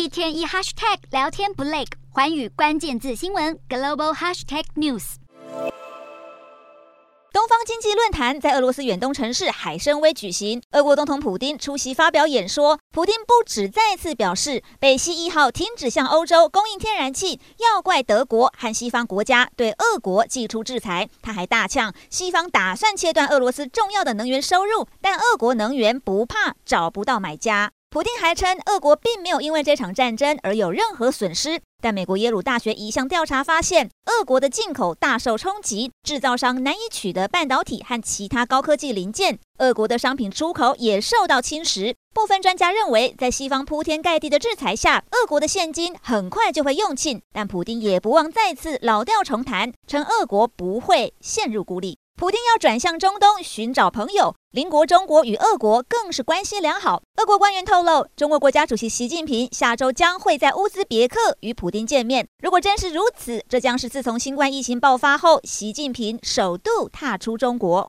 一天一 hashtag 聊天不累，寰宇关键字新闻 global hashtag news。 东方经济论坛在俄罗斯远东城市海参崴举行，俄国总统普丁出席发表演说。普丁不止再次表示，北溪1号停止向欧洲供应天然气，要怪德国和西方国家对俄国祭出制裁。他还大呛，西方打算切断俄罗斯重要的能源收入，但俄国能源不怕找不到买家。普丁还称，俄国并没有因为这场战争而有任何损失，但美国耶鲁大学一项调查发现，俄国的进口大受冲击，制造商难以取得半导体和其他高科技零件，俄国的商品出口也受到侵蚀。部分专家认为，在西方铺天盖地的制裁下，俄国的现金很快就会用尽，但普丁也不忘再次老调重弹，称俄国不会陷入孤立。普丁要转向中东寻找朋友，邻国中国与俄国更是关系良好。俄国官员透露，中国国家主席习近平下周将会在乌兹别克与普丁见面。如果真是如此，这将是自从新冠疫情爆发后，习近平首度踏出中国。